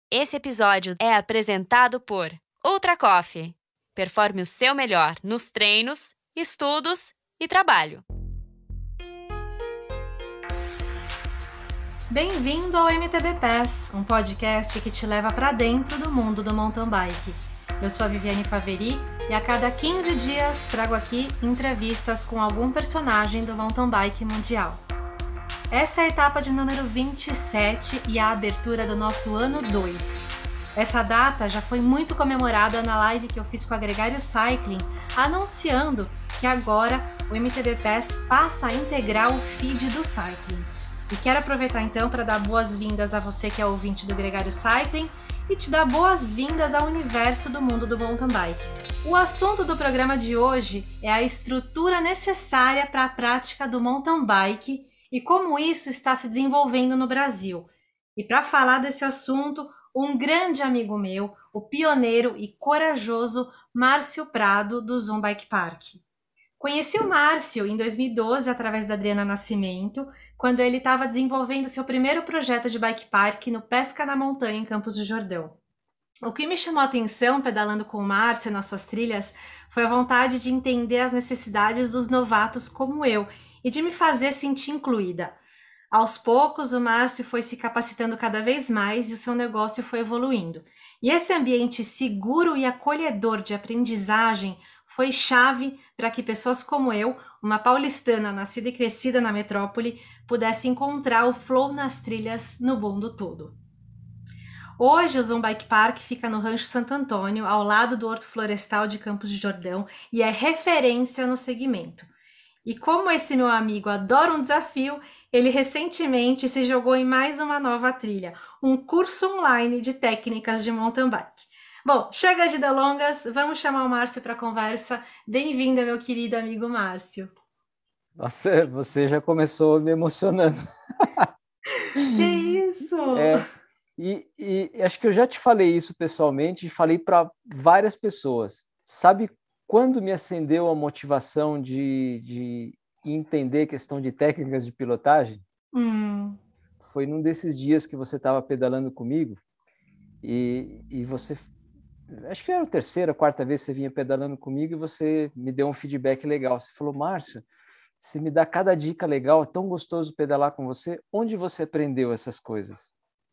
Esse episódio é apresentado por Ultra Coffee. Performe o seu melhor nos treinos, estudos e trabalho. Bem-vindo ao MTB Pass, um podcast que te leva para dentro do mundo do mountain bike. Eu sou a Viviane Faveri e a cada 15 dias trago aqui entrevistas com algum personagem do mountain bike mundial. Essa é a etapa de número 27 e a abertura do nosso ano 2. Essa data já foi muito comemorada na live que eu fiz com a Gregário Cycling, anunciando que agora o MTB Pass passa a integrar o feed do Cycling. E quero aproveitar então para dar boas-vindas a você que é ouvinte do Gregário Cycling e te dar boas-vindas ao universo do mundo do mountain bike. O assunto do programa de hoje é a estrutura necessária para a prática do mountain bike e como isso está se desenvolvendo no Brasil. E para falar desse assunto, um grande amigo meu, o pioneiro e corajoso Márcio Prado, do Zoom Bike Park. Conheci o Márcio em 2012 através da Adriana Nascimento, quando ele estava desenvolvendo seu primeiro projeto de bike park no Pesca na Montanha, em Campos do Jordão. O que me chamou a atenção pedalando com o Márcio nas suas trilhas foi a vontade de entender as necessidades dos novatos como eu e de me fazer sentir incluída. Aos poucos, o Márcio foi se capacitando cada vez mais e o seu negócio foi evoluindo. E esse ambiente seguro e acolhedor de aprendizagem foi chave para que pessoas como eu, uma paulistana nascida e crescida na metrópole, pudesse encontrar o flow nas trilhas no mundo todo. Hoje o Zoom Bike Park fica no Rancho Santo Antônio, ao lado do Horto Florestal de Campos de Jordão, e é referência no segmento. E como esse meu amigo adora um desafio, ele recentemente se jogou em mais uma nova trilha, um curso online de técnicas de mountain bike. Bom, chega de delongas, vamos chamar o Márcio para a conversa. Bem-vindo, meu querido amigo Márcio. Nossa, você já começou me emocionando. Que isso? E acho que eu já te falei isso pessoalmente e falei para várias pessoas. Sabe quando me acendeu a motivação de entender questão de técnicas de pilotagem? Foi num desses dias que você estava pedalando comigo e você, acho que era a terceira, quarta vez que você vinha pedalando comigo e você me deu um feedback legal. Você falou, Márcio, você me dá cada dica legal, é tão gostoso pedalar com você. Onde você aprendeu essas coisas?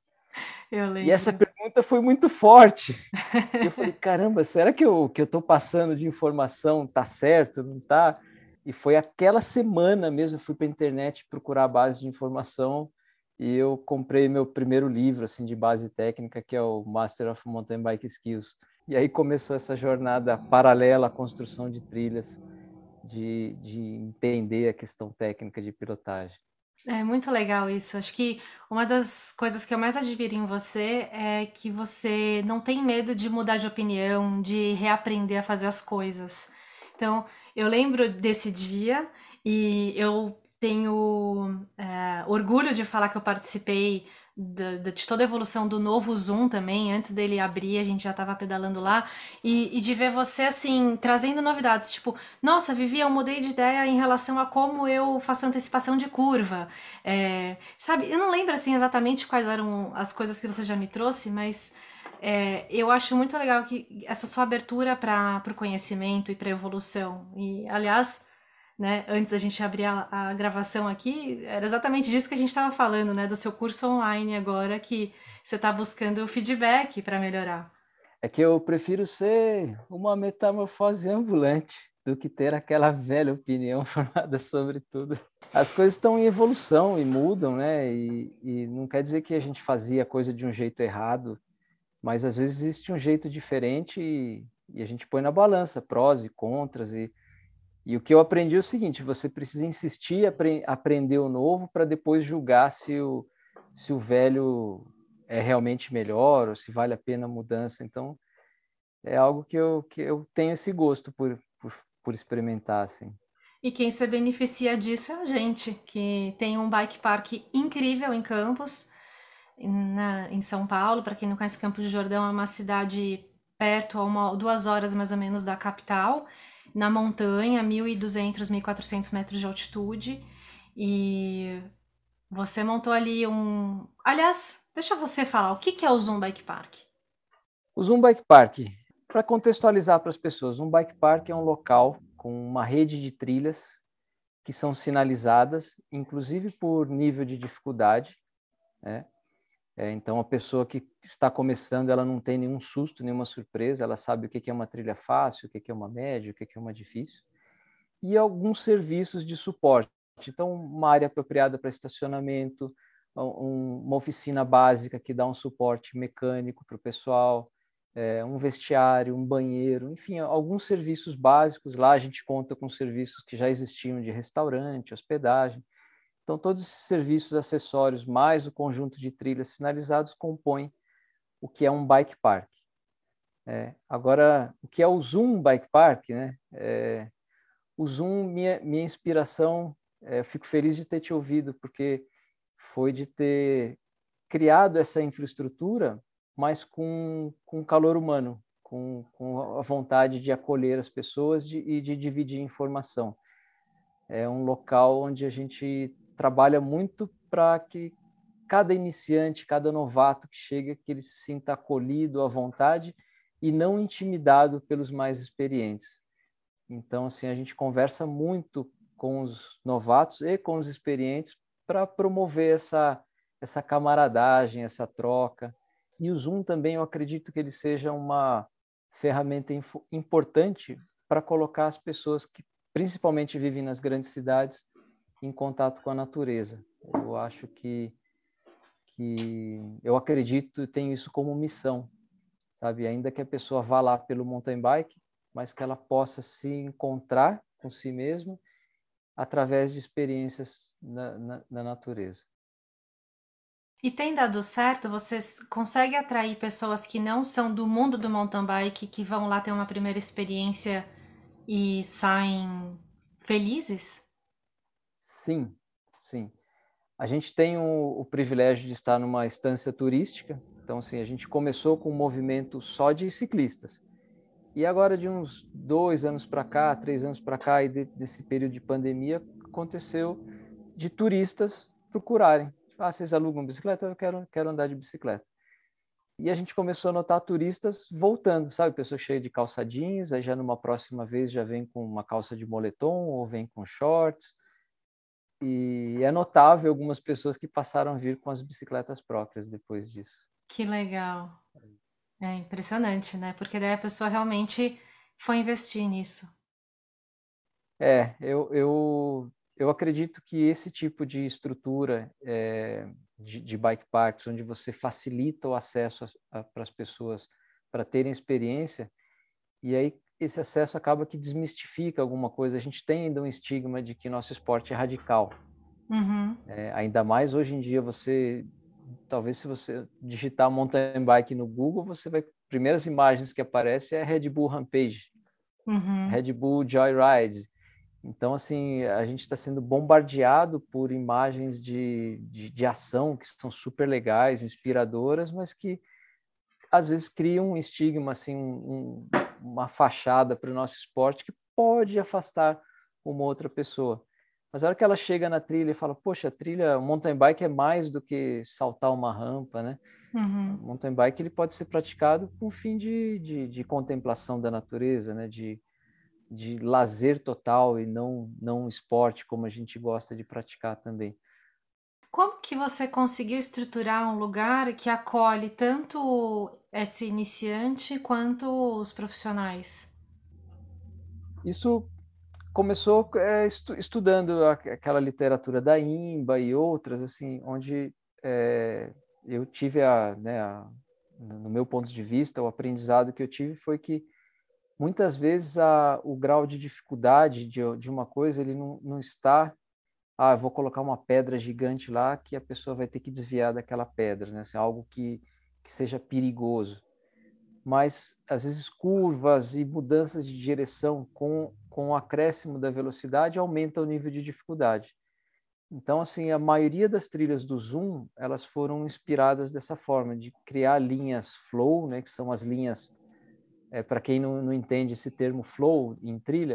Eu lembro. E essa pergunta foi muito forte. Eu falei, caramba, será que eu estou passando de informação tá certo, não tá? E foi aquela semana mesmo, eu fui para a internet procurar a base de informação e eu comprei meu primeiro livro assim de base técnica, que é o Master of Mountain Bike Skills. E aí começou essa jornada paralela à construção de trilhas, de entender a questão técnica de pilotagem. É muito legal isso. Acho que uma das coisas que eu mais admiro em você é que você não tem medo de mudar de opinião, de reaprender a fazer as coisas. Então, eu lembro desse dia e eu tenho orgulho de falar que eu participei de toda a evolução do novo Zoom também. Antes dele abrir, a gente já estava pedalando lá. E de ver você, assim, trazendo novidades. Tipo, nossa, Vivi, eu mudei de ideia em relação a como eu faço antecipação de curva. Sabe, eu não lembro assim exatamente quais eram as coisas que você já me trouxe, mas eu acho muito legal que essa sua abertura para o conhecimento e para a evolução. E, aliás, né, antes da gente abrir a gravação aqui, era exatamente disso que a gente estava falando, né, do seu curso online agora, que você está buscando feedback para melhorar. É que eu prefiro ser uma metamorfose ambulante do que ter aquela velha opinião formada sobre tudo. As coisas estão em evolução e mudam, né? E não quer dizer que a gente fazia a coisa de um jeito errado, mas às vezes existe um jeito diferente e a gente põe na balança prós e contras. E o que eu aprendi é o seguinte, você precisa insistir, aprender o novo para depois julgar se o velho é realmente melhor ou se vale a pena a mudança. Então, é algo que eu tenho esse gosto por experimentar, assim. E quem se beneficia disso é a gente, que tem um bike park incrível em Campos, em São Paulo. Para quem não conhece, Campos do Jordão é uma cidade perto, a 2 horas mais ou menos da capital, na montanha, 1.200, 1.400 metros de altitude. E Você montou ali um... Aliás, deixa você falar, o que é o Zoom Bike Park? O Zoom Bike Park, para contextualizar para as pessoas, um bike park é um local com uma rede de trilhas que são sinalizadas, inclusive por nível de dificuldade, né? Então, a pessoa que está começando, ela não tem nenhum susto, nenhuma surpresa, ela sabe o que é uma trilha fácil, o que é uma média, o que é uma difícil. E alguns serviços de suporte. Então, uma área apropriada para estacionamento, uma oficina básica que dá um suporte mecânico para o pessoal, um vestiário, um banheiro, enfim, alguns serviços básicos. Lá a gente conta com serviços que já existiam de restaurante, hospedagem. Então, todos esses serviços acessórios, mais o conjunto de trilhas sinalizados, compõem o que é um bike park. Agora, o que é o Zoom Bike Park, né? O Zoom, minha inspiração, eu fico feliz de ter te ouvido, porque foi de ter criado essa infraestrutura, mas com calor humano, com a vontade de acolher as pessoas e de dividir informação. É um local onde a gente trabalha muito para que cada iniciante, cada novato que chega, que ele se sinta acolhido à vontade e não intimidado pelos mais experientes. Então, assim, a gente conversa muito com os novatos e com os experientes para promover essa camaradagem, essa troca. E o Zoom também, eu acredito que ele seja uma ferramenta importante para colocar as pessoas que principalmente vivem nas grandes cidades em contato com a natureza. Eu acho que eu acredito e tenho isso como missão, sabe? Ainda que a pessoa vá lá pelo mountain bike, mas que ela possa se encontrar com si mesma através de experiências na natureza. E tem dado certo? Você consegue atrair pessoas que não são do mundo do mountain bike, que vão lá ter uma primeira experiência e saem felizes? Sim, sim. A gente tem o privilégio de estar numa estância turística, então assim, a gente começou com um movimento só de ciclistas. E agora, de uns 2 anos para cá, 3 anos para cá, e desse período de pandemia, aconteceu de turistas procurarem. Vocês alugam bicicleta? Eu quero andar de bicicleta. E a gente começou a notar turistas voltando, sabe? Pessoas cheias de calça jeans, aí já numa próxima vez já vem com uma calça de moletom ou vem com shorts. E é notável algumas pessoas que passaram a vir com as bicicletas próprias depois disso. Que legal. É impressionante, né? Porque daí a pessoa realmente foi investir nisso. Eu acredito que esse tipo de estrutura de bike parks, onde você facilita o acesso para as pessoas para terem experiência, e aí esse acesso acaba que desmistifica alguma coisa. A gente tem ainda um estigma de que nosso esporte é radical. Uhum. Ainda mais hoje em dia, talvez se você digitar mountain bike no Google, você vai, primeiras imagens que aparecem é Red Bull Rampage, Uhum. Red Bull Joyride. Então, assim, a gente está sendo bombardeado por imagens de ação que são super legais, inspiradoras, mas que às vezes criam um estigma, assim, uma fachada para o nosso esporte que pode afastar uma outra pessoa. Mas a hora que ela chega na trilha e fala, poxa, a trilha, o mountain bike é mais do que saltar uma rampa, né? O Uhum. mountain bike ele pode ser praticado com fim de contemplação da natureza, né? De lazer total e não esporte, como a gente gosta de praticar também. Como que você conseguiu estruturar um lugar que acolhe tanto esse iniciante quanto os profissionais? Isso começou estudando aquela literatura da IMBA e outras, assim, onde eu tive no meu ponto de vista, o aprendizado que eu tive foi que muitas vezes o grau de dificuldade de uma coisa ele não está, eu vou colocar uma pedra gigante lá que a pessoa vai ter que desviar daquela pedra, né? Assim, algo que seja perigoso. Mas às vezes curvas e mudanças de direção com o acréscimo da velocidade aumenta o nível de dificuldade. Então, assim, a maioria das trilhas do Zoom, elas foram inspiradas dessa forma, de criar linhas flow, né, que são as linhas, para quem não entende esse termo flow em trilha,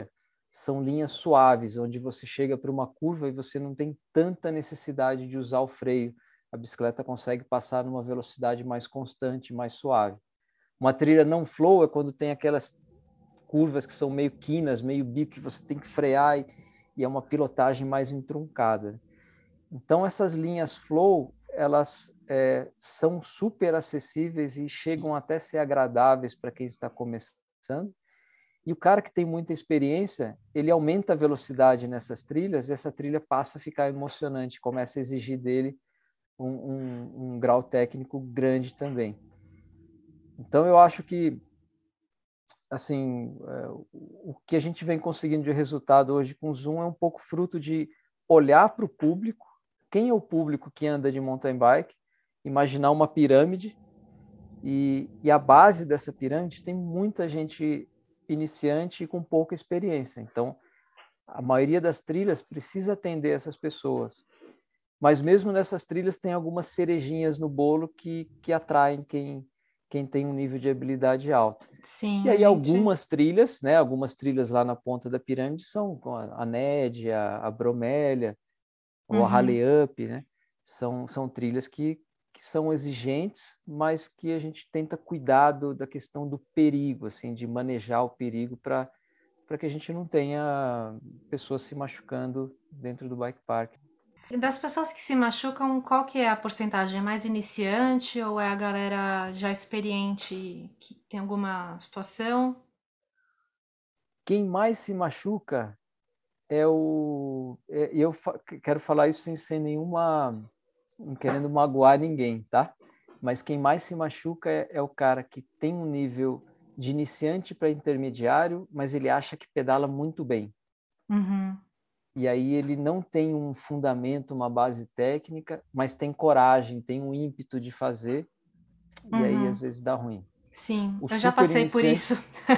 são linhas suaves, onde você chega para uma curva e você não tem tanta necessidade de usar o freio. A bicicleta consegue passar numa velocidade mais constante, mais suave. Uma trilha não flow é quando tem aquelas curvas que são meio quinas, meio bico, que você tem que frear e é uma pilotagem mais entroncada. Então, essas linhas flow, elas são super acessíveis e chegam até a ser agradáveis para quem está começando. E o cara que tem muita experiência, ele aumenta a velocidade nessas trilhas e essa trilha passa a ficar emocionante, começa a exigir dele um grau técnico grande também. Então, eu acho que assim, o que a gente vem conseguindo de resultado hoje com o Zoom é um pouco fruto de olhar para o público, quem é o público que anda de mountain bike, imaginar uma pirâmide e a base dessa pirâmide tem muita gente iniciante e com pouca experiência. Então, a maioria das trilhas precisa atender essas pessoas. Mas mesmo nessas trilhas tem algumas cerejinhas no bolo que atraem quem tem um nível de habilidade alto. Sim, E aí algumas trilhas, né? Algumas trilhas lá na ponta da pirâmide são a Ned, a Bromélia, ou a Rally Up, né? São trilhas que são exigentes, mas que a gente tenta cuidar da questão do perigo, assim, de manejar o perigo para que a gente não tenha pessoas se machucando dentro do bike park. E das pessoas que se machucam, qual que é a porcentagem? É mais iniciante ou é a galera já experiente que tem alguma situação? Quem mais se machuca eu quero falar isso sem nenhuma, não querendo magoar ninguém, tá? Mas quem mais se machuca é o cara que tem um nível de iniciante para intermediário, mas ele acha que pedala muito bem. E aí ele não tem um fundamento, uma base técnica, mas tem coragem, tem um ímpeto de fazer, e aí às vezes dá ruim. Sim, O eu já super passei por iniciante, isso.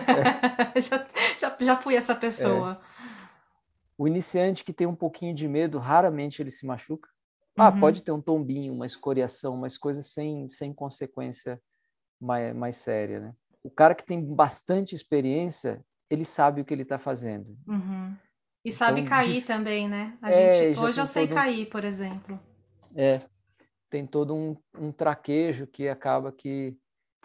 Já fui essa pessoa. o iniciante que tem um pouquinho de medo, raramente ele se machuca. Pode ter um tombinho, uma escoriação, mas coisas sem consequência mais séria, né? O cara que tem bastante experiência, ele sabe o que ele está fazendo. E sabe Então, cair também, né? Hoje eu sei cair, por exemplo. Tem todo um traquejo que acaba que...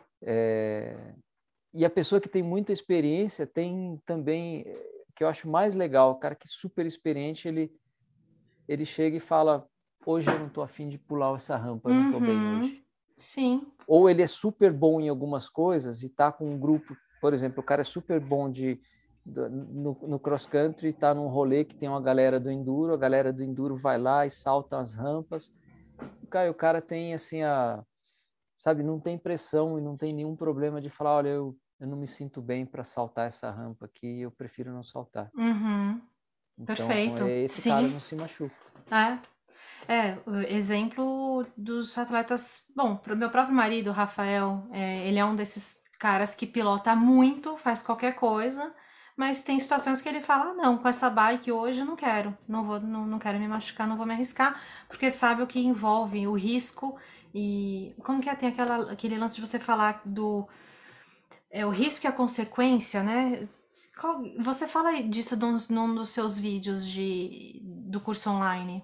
E a pessoa que tem muita experiência tem também, que eu acho mais legal, o cara que é super experiente, ele chega e fala, hoje eu não estou afim de pular essa rampa, eu não estou bem hoje. Sim. Ou ele é super bom em algumas coisas e está com um grupo, por exemplo, o cara é super bom no cross country, está num rolê que tem uma galera do enduro, a galera do enduro vai lá e salta as rampas. O cara tem assim sabe, não tem pressão e não tem nenhum problema de falar, olha, eu não me sinto bem para saltar essa rampa aqui, eu prefiro não saltar. Então, Perfeito. esse cara Sim. não se machuca. O exemplo dos atletas. Bom, pro meu próprio marido, o Rafael, ele é um desses caras que pilota muito, faz qualquer coisa, mas tem situações que ele fala: não, com essa bike hoje eu não quero, não quero me machucar, não vou me arriscar, porque sabe o que envolve o risco. E como que é? Tem aquele lance de você falar o risco e a consequência, né? Você fala disso num dos seus vídeos do curso online.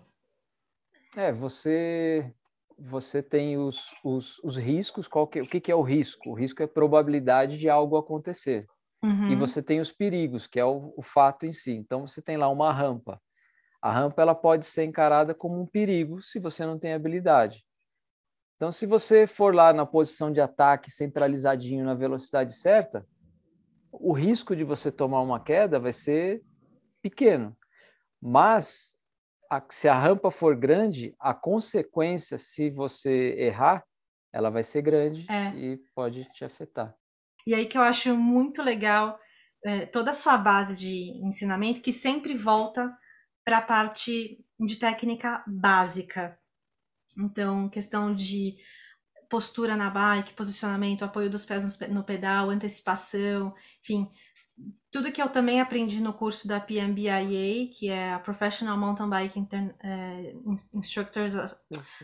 Você tem os riscos, o que é o risco? O risco é a probabilidade de algo acontecer. E você tem os perigos, que é o fato em si. Então, você tem lá uma rampa. A rampa ela pode ser encarada como um perigo se você não tem habilidade. Então, se você for lá na posição de ataque, centralizadinho na velocidade certa, o risco de você tomar uma queda vai ser pequeno. Mas, se a rampa for grande, a consequência, se você errar, ela vai ser grande e pode te afetar. E aí que eu acho muito legal toda a sua base de ensinamento, que sempre volta para a parte de técnica básica. Então, questão de postura na bike, posicionamento, apoio dos pés no pedal, antecipação, enfim, tudo que eu também aprendi no curso da PMBIA, que é a Professional Mountain Bike Instructors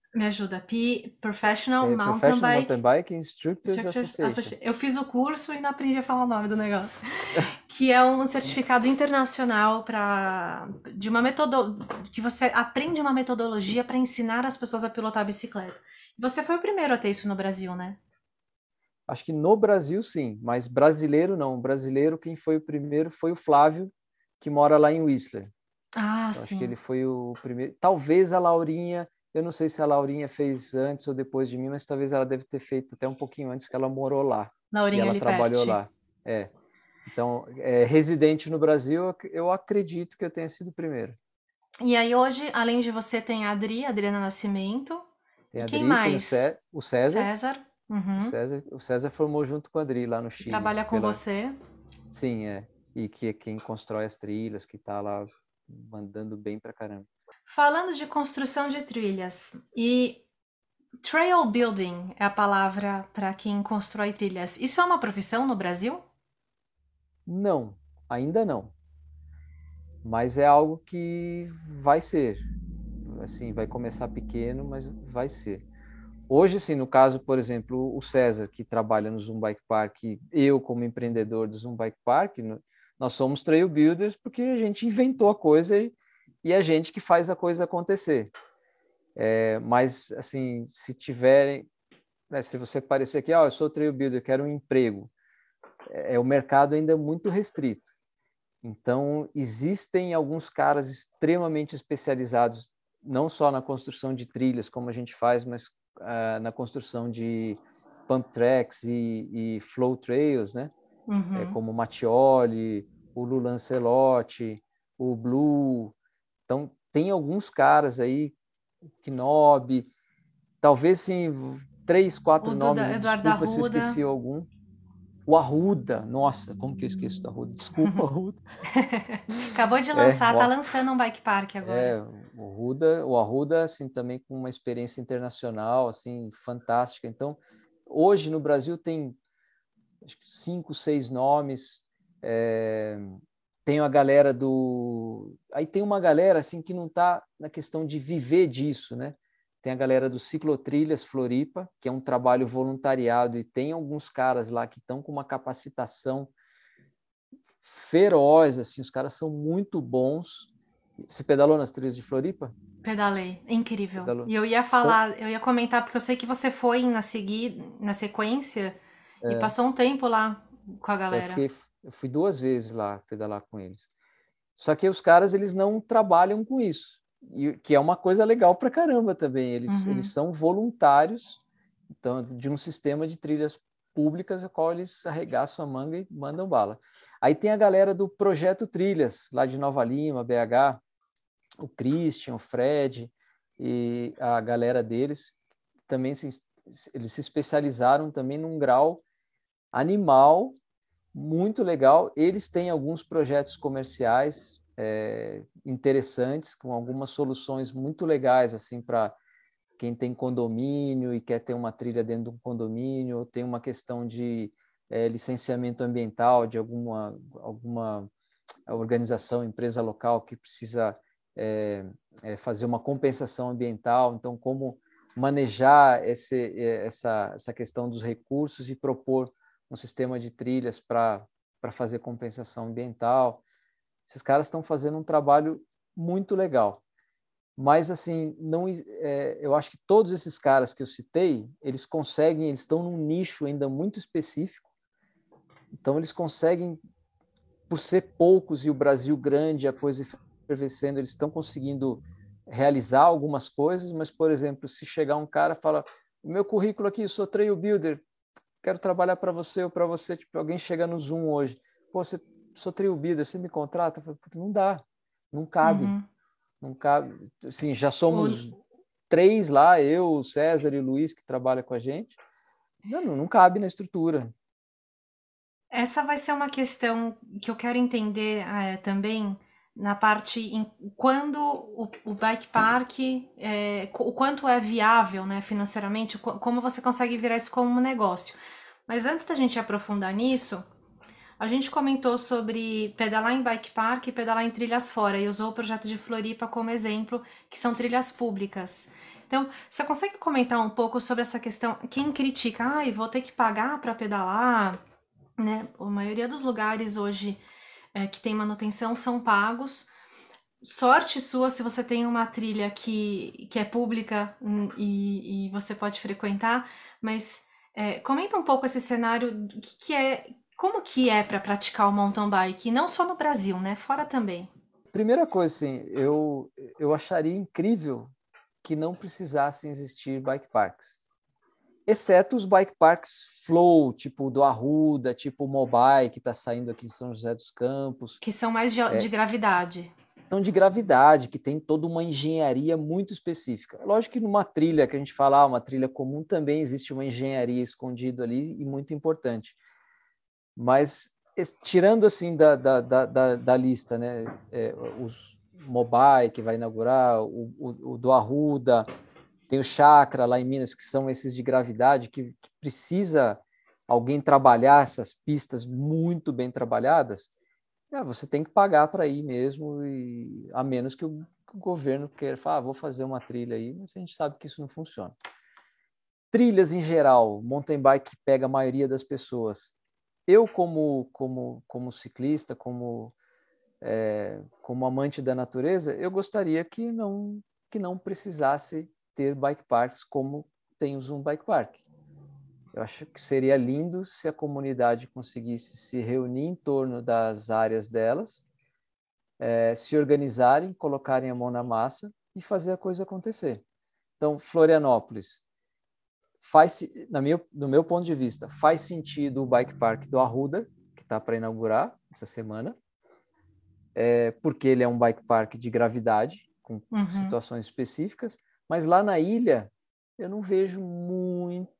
Me ajuda. Professional Mountain Professional Mountain Bike Bike Instructors Association. Eu fiz o curso e não aprendi a falar o nome do negócio. Que é um certificado internacional de uma que você aprende uma metodologia para ensinar as pessoas a pilotar a bicicleta. Você foi o primeiro a ter isso no Brasil, né? Acho que no Brasil, sim, mas brasileiro não. Brasileiro, quem foi o primeiro foi o Flávio, que mora lá em Whistler. Ah, Então, acho que sim. ele foi o primeiro. Talvez a Laurinha, eu não sei se a Laurinha fez antes ou depois de mim, mas talvez ela deve ter feito até um pouquinho antes, que ela morou lá e Laurinha ela trabalhou Liperti. lá. É. Então, residente no Brasil, eu acredito que eu tenha sido o primeiro. E aí hoje, além de você, tem a Adriana Nascimento. Tem E a quem Adri, tem mais? o César. César. O Uhum. César, o César formou junto com a Adri lá no Que Chile. trabalha com você. Sim, é. E que é quem constrói as trilhas, que está lá mandando bem pra caramba. Falando de construção de trilhas e trail building é a palavra para quem constrói trilhas. Isso é uma profissão no Brasil? Não, ainda não. Mas é algo que vai ser. Assim, vai começar pequeno, mas vai ser. Hoje, assim, no caso, por exemplo, o César, que trabalha no Zoom Bike Park, eu como empreendedor do Zoom Bike Park, nós somos trail builders porque a gente inventou a coisa e a gente que faz a coisa acontecer. Mas, assim, se tiverem, né, se você parecer que, eu sou trail builder, quero um emprego, o mercado ainda é muito restrito. Então, existem alguns caras extremamente especializados, não só na construção de trilhas, como a gente faz, mas na construção de pump tracks e flow trails, né? Uhum. Como o Mattioli, o Lu Lancelotti, o Blue. Então, tem alguns caras aí, Knob, talvez sim, 3, 4 O nomes, e Eduardo desculpa se eu Arruda. esqueci algum. O Arruda, nossa, como que eu esqueço do Arruda? Desculpa, Arruda. Acabou de É, lançar, tá lançando um bike park agora. o Arruda, assim, também com uma experiência internacional, assim, fantástica. Então, hoje no Brasil tem, acho que 5, 6 nomes. Tem a galera aí tem uma galera, assim, que não está na questão de viver disso, né? Tem a galera do Ciclotrilhas Floripa, que é um trabalho voluntariado, e tem alguns caras lá que estão com uma capacitação feroz, assim, os caras são muito bons. Você pedalou nas trilhas de Floripa? Pedalei, incrível. Pedalou. E eu ia São, falar, eu ia comentar, porque eu sei que você foi na sequência e passou um tempo lá com a galera. eu fui 2 vezes lá pedalar com eles. Só que os caras, eles não trabalham com isso, e que é uma coisa legal pra caramba também. Eles Uhum. são voluntários, então, de um sistema de trilhas públicas, a qual eles arregaçam a manga e mandam bala. Aí tem a galera do Projeto Trilhas, lá de Nova Lima, BH, o Christian, o Fred e a galera deles também eles se especializaram também num grau animal muito legal. Eles têm alguns projetos comerciais interessantes, com algumas soluções muito legais assim para quem tem condomínio e quer ter uma trilha dentro de um condomínio, ou tem uma questão de licenciamento ambiental de alguma organização, empresa local que precisa fazer uma compensação ambiental. Então, como manejar essa questão dos recursos e propor um sistema de trilhas para fazer compensação ambiental. Esses caras estão fazendo um trabalho muito legal. Mas, assim, eu acho que todos esses caras que eu citei, eles estão num nicho ainda muito específico. Então, eles conseguem, por ser poucos e o Brasil grande, a coisa efervescendo, eles estão conseguindo realizar algumas coisas, mas, por exemplo, se chegar um cara e fala, o meu currículo aqui, eu sou trail builder, quero trabalhar para você ou para você, tipo, alguém chega no Zoom hoje, pô, sou trail builder, você me contrata? Não dá, não cabe, Uhum. não cabe. Assim, já O, somos 3 lá, eu, o César e o Luiz, que trabalham com a gente, não cabe na estrutura. Essa vai ser uma questão que eu quero entender também na parte quando o bike park, o quanto é viável, né, financeiramente, como você consegue virar isso como um negócio. Mas antes da gente aprofundar nisso, a gente comentou sobre pedalar em bike park e pedalar em trilhas fora e usou o projeto de Floripa como exemplo, que são trilhas públicas. Então, você consegue comentar um pouco sobre essa questão? Quem critica, vou ter que pagar para pedalar, né? A maioria dos lugares hoje que tem manutenção são pagos. Sorte sua se você tem uma trilha que é pública e você pode frequentar, mas comenta um pouco esse cenário, como que é para praticar o mountain bike, não só no Brasil, né? Fora também. Primeira coisa, assim, eu acharia incrível que não precisassem existir bike parks, exceto os bike parks flow, tipo do Arruda, tipo o Mobile, que está saindo aqui em São José dos Campos. Que são mais de gravidade. São de gravidade, que tem toda uma engenharia muito específica. Lógico que numa trilha, que a gente fala, uma trilha comum, também existe uma engenharia escondida ali e muito importante. Mas, tirando assim da lista, né, os Mobile, que vai inaugurar, o do Arruda, tem o Chakra lá em Minas, que são esses de gravidade, que precisa alguém trabalhar essas pistas muito bem trabalhadas, você tem que pagar para ir mesmo, a menos que o governo queira falar, vou fazer uma trilha aí, mas a gente sabe que isso não funciona. Trilhas em geral, mountain bike pega a maioria das pessoas. Eu, como ciclista, como amante da natureza, eu gostaria que não precisasse ter bike parks como tem o Zoom Bike Park. Eu acho que seria lindo se a comunidade conseguisse se reunir em torno das áreas delas, se organizarem, colocarem a mão na massa e fazer a coisa acontecer. Então, Florianópolis, no meu ponto de vista, faz sentido o Bike Park do Arruda, que está para inaugurar essa semana, porque ele é um bike park de gravidade, com situações específicas, mas lá na ilha eu não vejo muito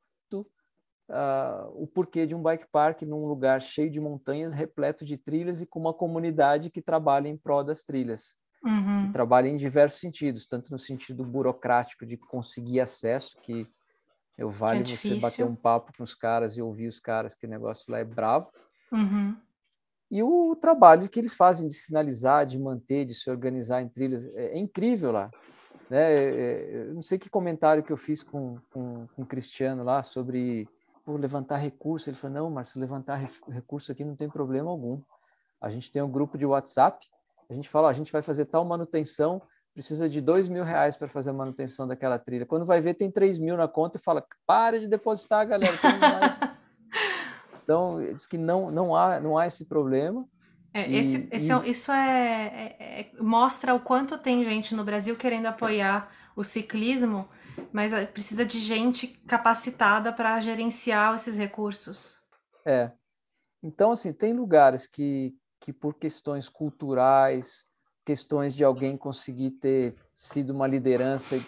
o porquê de um bike park num lugar cheio de montanhas, repleto de trilhas e com uma comunidade que trabalha em prol das trilhas. E trabalha em diversos sentidos, tanto no sentido burocrático de conseguir acesso, que vale você bater um papo com os caras e ouvir os caras, que o negócio lá é bravo. E o trabalho que eles fazem de sinalizar, de manter, de se organizar em trilhas, é incrível lá. Né? Eu não sei que comentário que eu fiz com o Cristiano lá sobre levantar recurso. Ele falou, não, Márcio, levantar recurso aqui não tem problema algum. A gente tem um grupo de WhatsApp, a gente fala, a gente vai fazer tal manutenção, precisa de R$2.000 para fazer a manutenção daquela trilha. Quando vai ver, tem 3.000 na conta e fala, para de depositar, galera. Então, diz que não há esse problema. Isso mostra o quanto tem gente no Brasil querendo apoiar o ciclismo, mas precisa de gente capacitada para gerenciar esses recursos. Então, assim, tem lugares que por questões culturais, questões de alguém conseguir ter sido uma liderança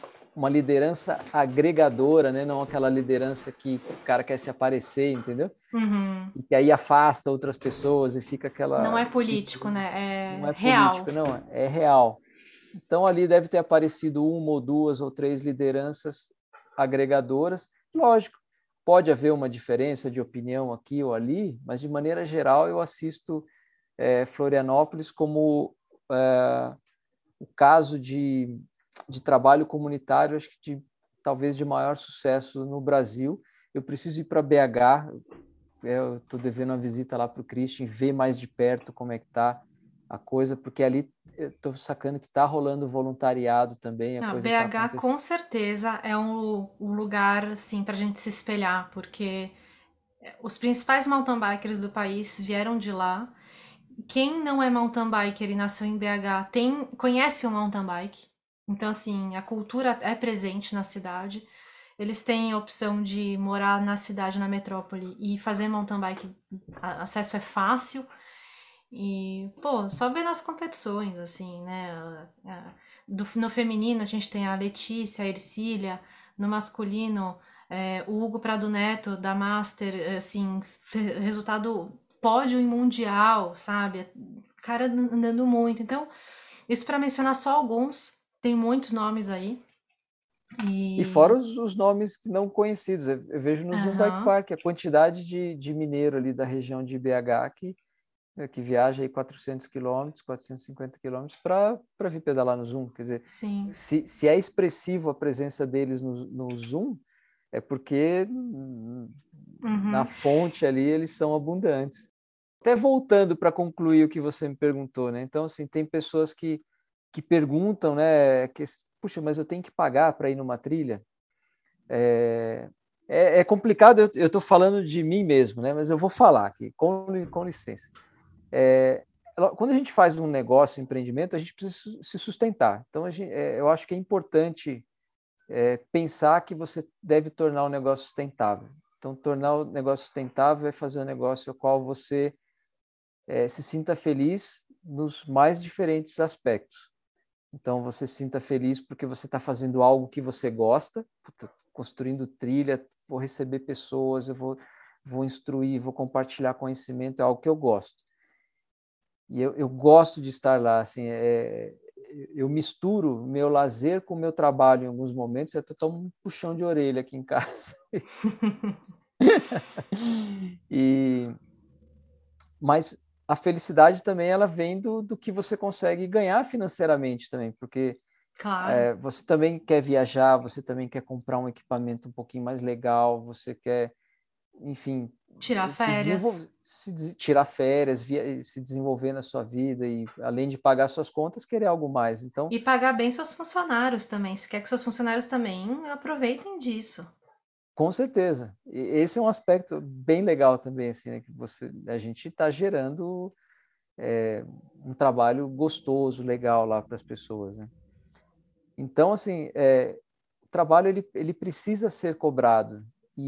agregadora, né? Não aquela liderança que o cara quer se aparecer, entendeu? Uhum. E que aí afasta outras pessoas e fica aquela... Não é político, né? Não é real. Político, não, é real. Então, ali deve ter aparecido 1 ou 2 ou 3 lideranças agregadoras. Lógico, pode haver uma diferença de opinião aqui ou ali, mas, de maneira geral, eu assisto Florianópolis como o caso de trabalho comunitário, acho que talvez de maior sucesso no Brasil. Eu preciso ir para BH, eu estou devendo uma visita lá para o Christian, ver mais de perto como é que está a coisa, porque ali eu estou sacando que está rolando voluntariado também. BH com certeza é um lugar assim, para a gente se espelhar, porque os principais mountain bikers do país vieram de lá. Quem não é mountain biker e nasceu em BH conhece o mountain bike. Então, assim, a cultura é presente na cidade. Eles têm a opção de morar na cidade, na metrópole, e fazer mountain bike, acesso é fácil. E, só ver nas competições, assim, né? No feminino, a gente tem a Letícia, a Ercília. No masculino, o Hugo Prado Neto, da Master, assim, resultado pódio em mundial, sabe? Cara andando muito. Então, isso para mencionar só alguns, tem muitos nomes aí. E fora os nomes não conhecidos. Eu vejo no Zoom Bike Park a quantidade de mineiro ali da região de BH que que viaja aí 400 quilômetros, 450 quilômetros para vir pedalar no Zoom. Quer dizer, Sim. se é expressivo a presença deles no Zoom, é porque na fonte ali eles são abundantes. Até voltando para concluir o que você me perguntou, né? Então, assim, tem pessoas que perguntam, né? Puxa, mas eu tenho que pagar para ir numa trilha? É complicado, eu estou falando de mim mesmo, né? Mas eu vou falar aqui, com licença. Quando a gente faz um negócio, um empreendimento, a gente precisa se sustentar. Então, eu acho que é importante pensar que você deve tornar o negócio sustentável. Então, tornar o negócio sustentável é fazer um negócio ao qual você se sinta feliz nos mais diferentes aspectos. Então, você se sinta feliz porque você está fazendo algo que você gosta, construindo trilha, vou receber pessoas, eu vou instruir, vou compartilhar conhecimento, é algo que eu gosto. E eu gosto de estar lá, assim, eu misturo meu lazer com o meu trabalho em alguns momentos, eu tomo um puxão de orelha aqui em casa. Mas a felicidade também ela vem do que você consegue ganhar financeiramente também, porque claro. Você também quer viajar, você também quer comprar um equipamento um pouquinho mais legal, você quer, enfim, Tirar férias. tirar férias, se desenvolver na sua vida e, além de pagar suas contas, querer algo mais. Então, E pagar bem seus funcionários também. Se quer que seus funcionários também aproveitem disso. com certeza. Esse é um aspecto bem legal também, assim, né, que a gente está gerando um trabalho gostoso, legal lá para as pessoas, né? Então, assim, o trabalho ele precisa ser cobrado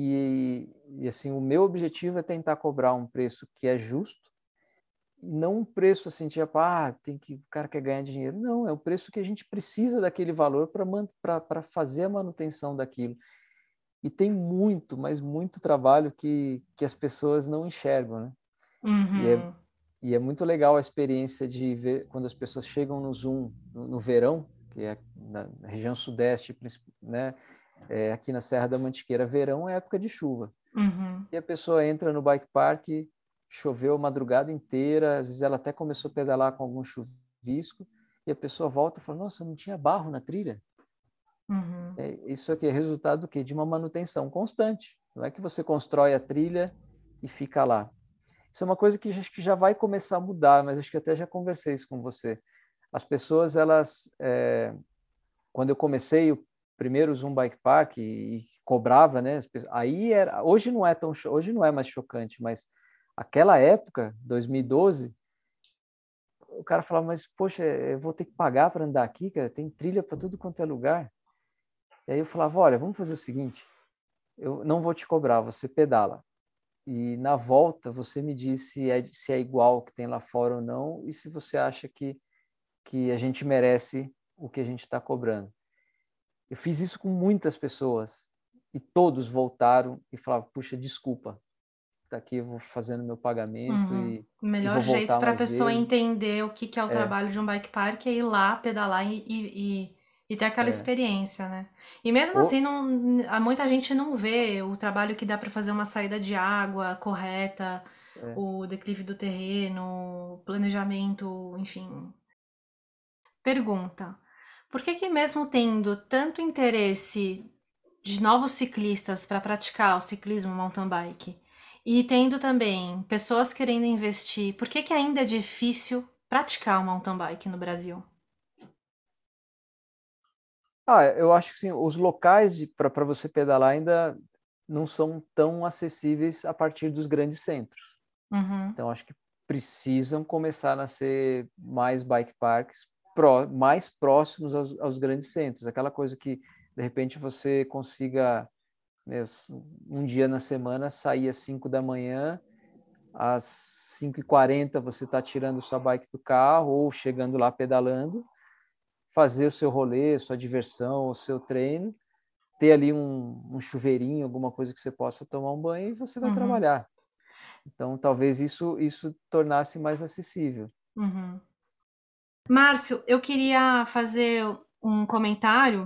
e assim o meu objetivo é tentar cobrar um preço que é justo e não um preço assim tipo o cara quer ganhar dinheiro. Não, é o preço que a gente precisa daquele valor para fazer a manutenção daquilo. E tem muito, mas muito trabalho que as pessoas não enxergam, né? Uhum. E é muito legal a experiência de ver quando as pessoas chegam no Zoom no verão, que é na região sudeste, né? Aqui na Serra da Mantiqueira, verão é época de chuva. Uhum. E a pessoa entra no bike park, choveu a madrugada inteira, às vezes ela até começou a pedalar com algum chuvisco, e a pessoa volta e fala, nossa, não tinha barro na trilha. Uhum. Isso aqui é resultado do quê? De uma manutenção constante. Não é que você constrói a trilha e fica lá. Isso é uma coisa que acho que já vai começar a mudar, mas acho que até já conversei isso com você. As pessoas, quando eu comecei o primeiro Zoom Bike Park e cobrava, né? Aí hoje não é mais chocante, mas aquela época, 2012, o cara falava, mas poxa, eu vou ter que pagar para andar aqui, cara, tem trilha para tudo quanto é lugar. E aí eu falava, olha, vamos fazer o seguinte, eu não vou te cobrar, você pedala. E na volta você me diz se é igual o que tem lá fora ou não e se você acha que a gente merece o que a gente está cobrando. Eu fiz isso com muitas pessoas e todos voltaram e falavam, puxa, desculpa, daqui eu vou fazendo meu pagamento Uhum. O e melhor vou jeito voltar para a mais pessoa vezes. entender o que é o trabalho de um bike park é ir lá, pedalar e ter aquela É. experiência, né? E mesmo assim, Ou, não, muita gente não vê o trabalho que dá para fazer uma saída de água correta, é. o declive do terreno, o planejamento, enfim. Pergunta: por que mesmo tendo tanto interesse de novos ciclistas para praticar o ciclismo mountain bike e tendo também pessoas querendo investir, por que ainda é difícil praticar o mountain bike no Brasil? eu acho que sim, os locais para você pedalar ainda não são tão acessíveis a partir dos grandes centros. Uhum, Então, acho que precisam começar a nascer mais bike parks mais próximos aos grandes centros. Aquela coisa que, de repente, você consiga, né, um dia na semana, sair às 5 da manhã, às 5h40 você está tirando sua bike do carro ou chegando lá pedalando, fazer o seu rolê, sua diversão, o seu treino, ter ali um chuveirinho, alguma coisa que você possa tomar um banho e você vai uhum, trabalhar. Então, talvez isso tornasse mais acessível. uhum. Márcio, eu queria fazer um comentário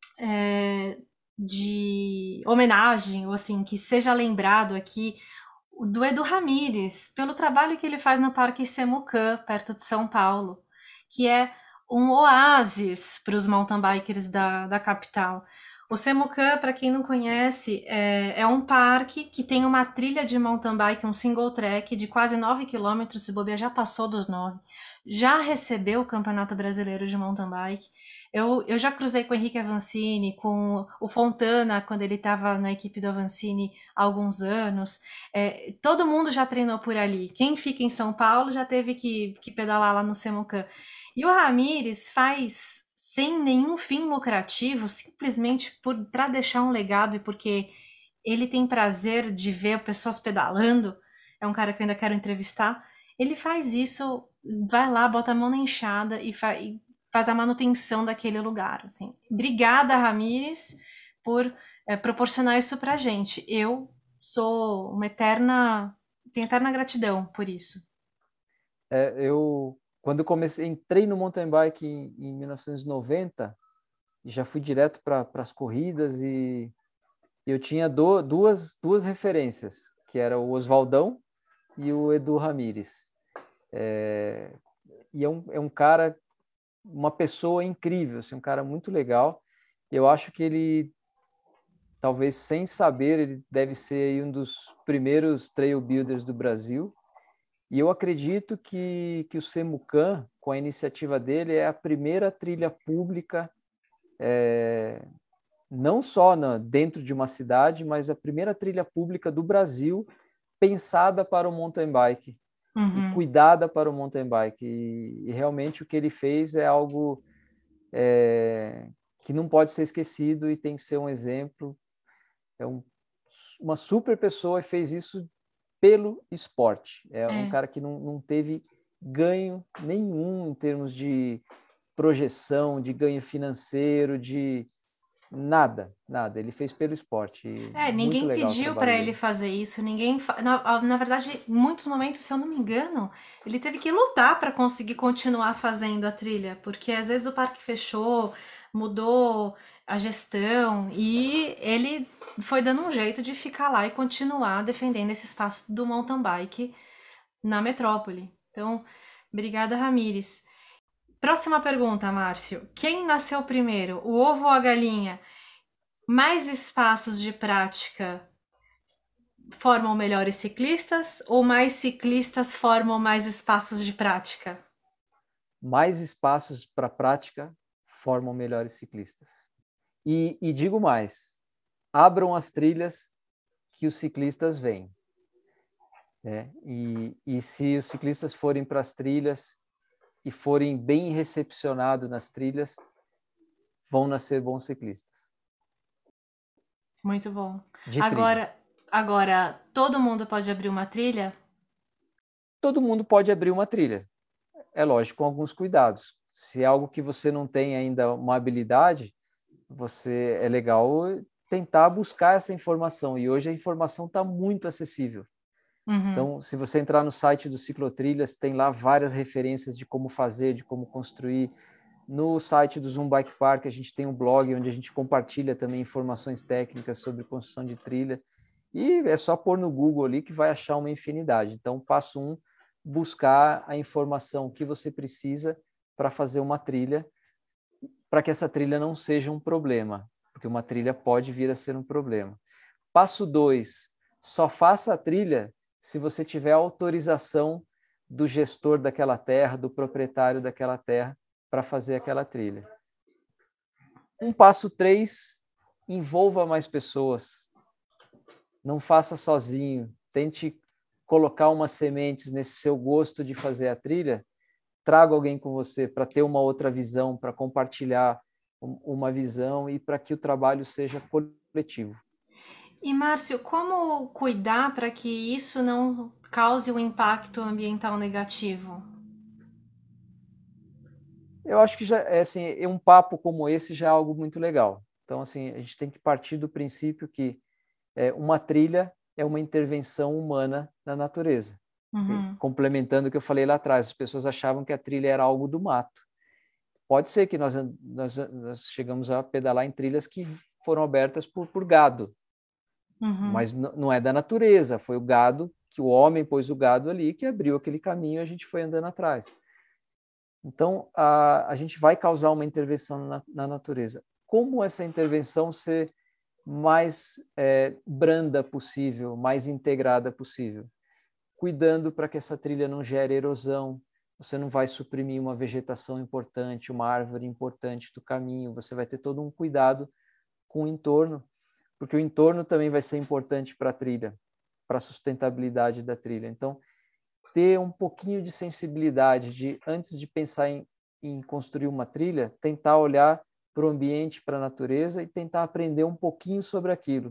de homenagem, ou assim, que seja lembrado aqui do Edu Ramírez, pelo trabalho que ele faz no Parque Semucan, perto de São Paulo, que é um oásis para os mountain bikers da capital. O Semucan, para quem não conhece, é um parque que tem uma trilha de mountain bike, um single track de quase 9 quilômetros, se bobear já passou dos 9. Já recebeu o Campeonato Brasileiro de Mountain Bike. Eu já cruzei com o Henrique Avancini, com o Fontana, quando ele estava na equipe do Avancini há alguns anos. Todo mundo já treinou por ali. Quem fica em São Paulo já teve que pedalar lá no Semucan. E o Ramírez faz sem nenhum fim lucrativo, simplesmente para deixar um legado e porque ele tem prazer de ver pessoas pedalando. É um cara que eu ainda quero entrevistar. Ele faz isso, vai lá, bota a mão na enxada e faz a manutenção daquele lugar. Assim. Obrigada, Ramírez, por proporcionar isso pra gente. Eu sou tenho eterna gratidão por isso. Quando eu entrei no mountain bike em 1990, já fui direto para as corridas e eu tinha duas referências, que era o Oswaldão e o Edu Ramírez. E é um cara, uma pessoa incrível, assim, um cara muito legal. Eu acho que ele, talvez sem saber, ele deve ser aí um dos primeiros trail builders do Brasil. E eu acredito que o Semucan, com a iniciativa dele, é a primeira trilha pública, não só dentro de uma cidade, mas a primeira trilha pública do Brasil pensada para o mountain bike e cuidada para o mountain bike. E realmente o que ele fez é algo que não pode ser esquecido e tem que ser um exemplo. Uma super pessoa e fez isso pelo esporte. É um cara que não teve ganho nenhum em termos de projeção, de ganho financeiro, de nada. Ele fez pelo esporte. Muito Ninguém legal o pediu trabalho para ele dele. fazer isso, na verdade, em muitos momentos, se eu não me engano, ele teve que lutar para conseguir continuar fazendo a trilha, porque às vezes o parque fechou, mudou a gestão e ele foi dando um jeito de ficar lá e continuar defendendo esse espaço do mountain bike na metrópole. Então, obrigada, Ramires. Próxima pergunta, Márcio. Quem nasceu primeiro, o ovo ou a galinha? Mais espaços de prática formam melhores ciclistas ou mais ciclistas formam mais espaços de prática? Mais espaços para prática formam melhores ciclistas. E digo mais, abram as trilhas que os ciclistas vêm. E se os ciclistas forem para as trilhas e forem bem recepcionados nas trilhas, vão nascer bons ciclistas. Muito bom. De trilha. Agora, todo mundo pode abrir uma trilha? Todo mundo pode abrir uma trilha. É lógico, com alguns cuidados. Se é algo que você não tem ainda uma habilidade, é legal tentar buscar essa informação. E hoje a informação está muito acessível. Então, se você entrar no site do Ciclotrilhas, tem lá várias referências de como fazer, de como construir. No site do Zoom Bike Park, a gente tem um blog onde a gente compartilha também informações técnicas sobre construção de trilha. E é só pôr no Google ali que vai achar uma infinidade. Então, passo 1, buscar a informação que você precisa para fazer uma trilha, para que essa trilha não seja um problema, porque uma trilha pode vir a ser um problema. Passo 2, só faça a trilha se você tiver autorização do gestor daquela terra, do proprietário daquela terra, para fazer aquela trilha. Passo 3, envolva mais pessoas. Não faça sozinho. Tente colocar umas sementes nesse seu gosto de fazer a trilha. Traga alguém com você para ter uma outra visão, para compartilhar uma visão e para que o trabalho seja coletivo. E, Márcio, como cuidar para que isso não cause um impacto ambiental negativo? Eu acho que já assim, um papo como esse já é algo muito legal. Então, assim, a gente tem que partir do princípio que uma trilha é uma intervenção humana na natureza. Complementando o que eu falei lá atrás, as pessoas achavam que a trilha era algo do mato. Pode ser que nós chegamos a pedalar em trilhas que foram abertas por gado, mas não é da natureza, foi o gado que o homem pôs o gado ali, que abriu aquele caminho e a gente foi andando atrás. Então, a gente vai causar uma intervenção na natureza. Como essa intervenção ser mais branda possível, mais integrada possível? Cuidando para que essa trilha não gere erosão, você não vai suprimir uma vegetação importante, uma árvore importante do caminho, você vai ter todo um cuidado com o entorno, porque o entorno também vai ser importante para a trilha, para a sustentabilidade da trilha. Então, ter um pouquinho de sensibilidade, de antes de pensar em construir uma trilha, tentar olhar para o ambiente, para a natureza e tentar aprender um pouquinho sobre aquilo.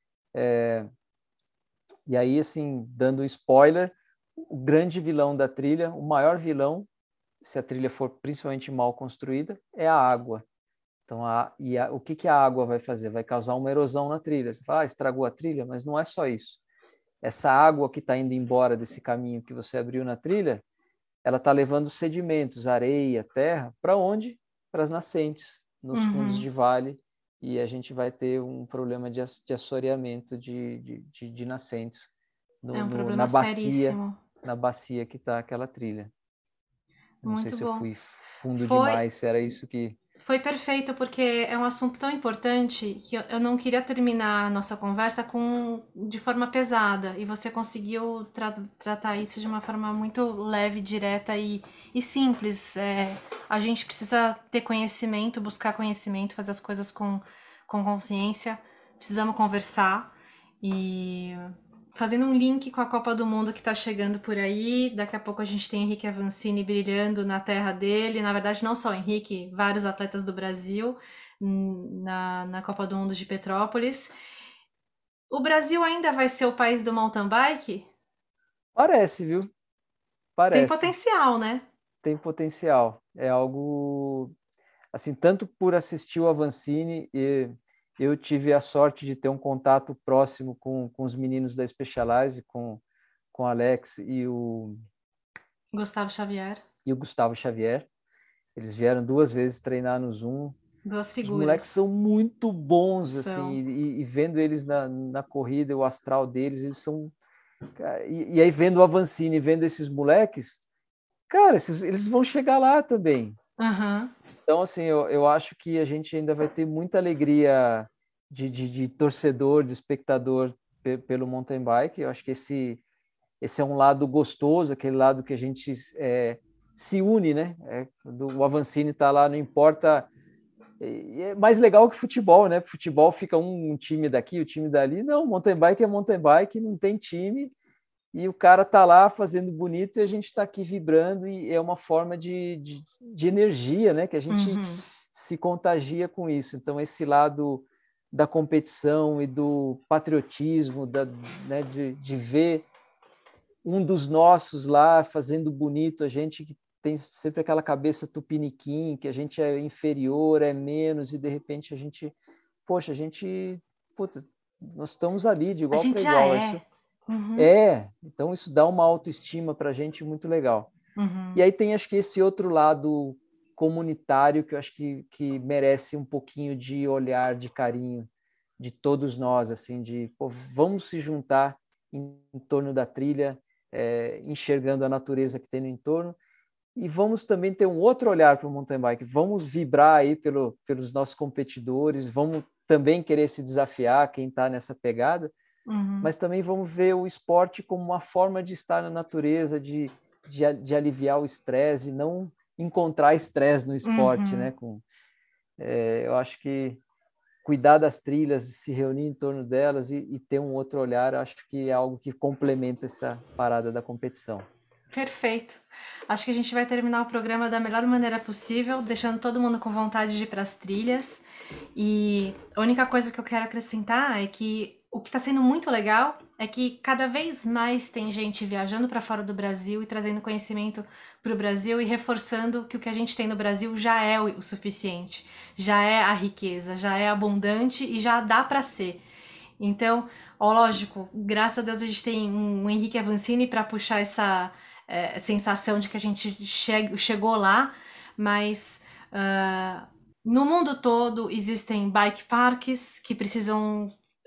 E aí, assim, dando um spoiler, o grande vilão da trilha, o maior vilão, se a trilha for principalmente mal construída, é a água. Então, o que a água vai fazer? Vai causar uma erosão na trilha. Você fala, estragou a trilha, mas não é só isso. Essa água que está indo embora desse caminho que você abriu na trilha, ela está levando sedimentos, areia, terra, para onde? Para as nascentes, nos fundos de vale, e a gente vai ter um problema de assoreamento de nascentes problema seríssimo. Na bacia que está aquela trilha. Não sei se eu fui fundo Foi... demais, se era isso que... Foi perfeito, porque é um assunto tão importante que eu não queria terminar a nossa conversa de forma pesada. E você conseguiu tratar isso de uma forma muito leve, direta e simples. A gente precisa ter conhecimento, buscar conhecimento, fazer as coisas com consciência. Precisamos conversar e... Fazendo um link com a Copa do Mundo que está chegando por aí, daqui a pouco a gente tem Henrique Avancini brilhando na terra dele, na verdade não só o Henrique, vários atletas do Brasil na Copa do Mundo de Petrópolis. O Brasil ainda vai ser o país do mountain bike? Parece, viu? Parece. Tem potencial, né? Tem potencial. É algo, assim, tanto por assistir o Avancini e... Eu tive a sorte de ter um contato próximo com os meninos da Specialized, com o Alex e o Gustavo Xavier. Eles vieram 2 vezes treinar no Zoom. Duas figuras. Os moleques são muito bons, assim, e vendo eles na corrida, o astral deles, eles são... E aí vendo o Avancini, vendo esses moleques, cara, eles vão chegar lá também. Então, assim, eu acho que a gente ainda vai ter muita alegria de torcedor, de espectador pelo mountain bike. Eu acho que esse é um lado gostoso, aquele lado que a gente se une, né? O Avancini está lá, não importa... É mais legal que futebol, né? Futebol fica um time daqui, o time dali. Não, mountain bike é mountain bike, não tem time... E o cara está lá fazendo bonito e a gente está aqui vibrando, e é uma forma de energia, né? Que a gente se contagia com isso. Então, esse lado da competição e do patriotismo, né, de ver um dos nossos lá fazendo bonito, a gente que tem sempre aquela cabeça tupiniquim, que a gente é inferior, é menos, e de repente a gente... Poxa, nós estamos ali de igual para igual. Isso... então isso dá uma autoestima para a gente muito legal. E aí tem, acho que, esse outro lado comunitário que eu acho que merece um pouquinho de olhar, de carinho de todos nós, assim, vamos se juntar em torno da trilha, enxergando a natureza que tem no entorno, e vamos também ter um outro olhar para o mountain bike, vamos vibrar aí pelos nossos competidores, vamos também querer se desafiar, quem está nessa pegada, mas também vamos ver o esporte como uma forma de estar na natureza, de aliviar o estresse e não encontrar estresse no esporte, né? Eu acho que cuidar das trilhas, se reunir em torno delas e ter um outro olhar, acho que é algo que complementa essa parada da competição. Perfeito. Acho que a gente vai terminar o programa da melhor maneira possível, deixando todo mundo com vontade de ir para as trilhas. E a única coisa que eu quero acrescentar é que o que está sendo muito legal é que cada vez mais tem gente viajando para fora do Brasil e trazendo conhecimento para o Brasil e reforçando que o que a gente tem no Brasil já é o suficiente, já é a riqueza, já é abundante e já dá para ser. Então, lógico, graças a Deus a gente tem um Henrique Avancini para puxar essa sensação de que a gente chegou lá, mas no mundo todo existem bike parks que precisam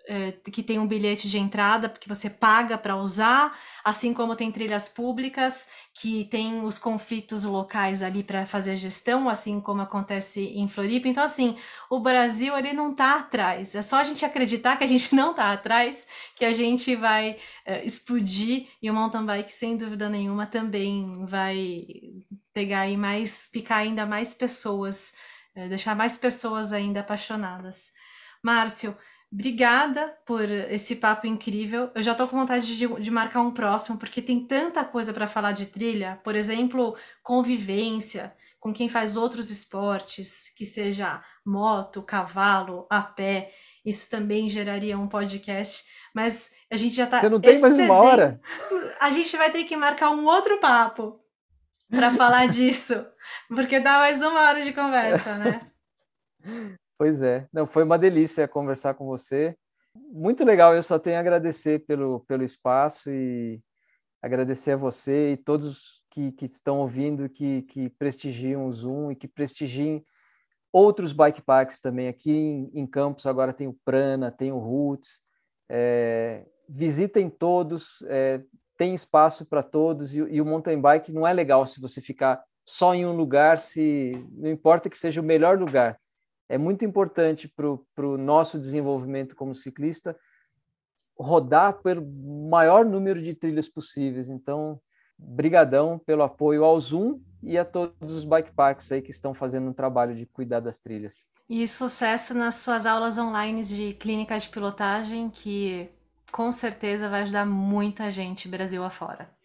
que tem um bilhete de entrada, porque você paga para usar, assim como tem trilhas públicas, que tem os conflitos locais ali para fazer a gestão, assim como acontece em Floripa. Então, assim, o Brasil, ele não está atrás. É só a gente acreditar que a gente não está atrás, que a gente vai explodir, e o mountain bike, sem dúvida nenhuma, também vai pegar aí picar ainda mais pessoas, deixar mais pessoas ainda apaixonadas. Márcio, obrigada por esse papo incrível. Eu já tô com vontade de marcar um próximo, porque tem tanta coisa para falar de trilha. Por exemplo, convivência com quem faz outros esportes, que seja moto, cavalo, a pé. Isso também geraria um podcast. Mas a gente já tá Você não tem mais uma hora? A gente vai ter que marcar um outro papo para falar disso, porque dá mais uma hora de conversa, né? Pois é. Não, foi uma delícia conversar com você. Muito legal, eu só tenho a agradecer pelo espaço e agradecer a você e todos que estão ouvindo, que prestigiam o Zoom e que prestigiem outros bike parks também. Aqui em Campos agora tem o Prana, tem o Roots. Visitem todos, tem espaço para todos e o mountain bike não é legal se você ficar só em um lugar, não importa que seja o melhor lugar. É muito importante para o nosso desenvolvimento como ciclista rodar pelo maior número de trilhas possíveis. Então, brigadão pelo apoio ao Zoom e a todos os bike parks aí que estão fazendo um trabalho de cuidar das trilhas. E sucesso nas suas aulas online de clínica de pilotagem, que com certeza vai ajudar muita gente Brasil afora.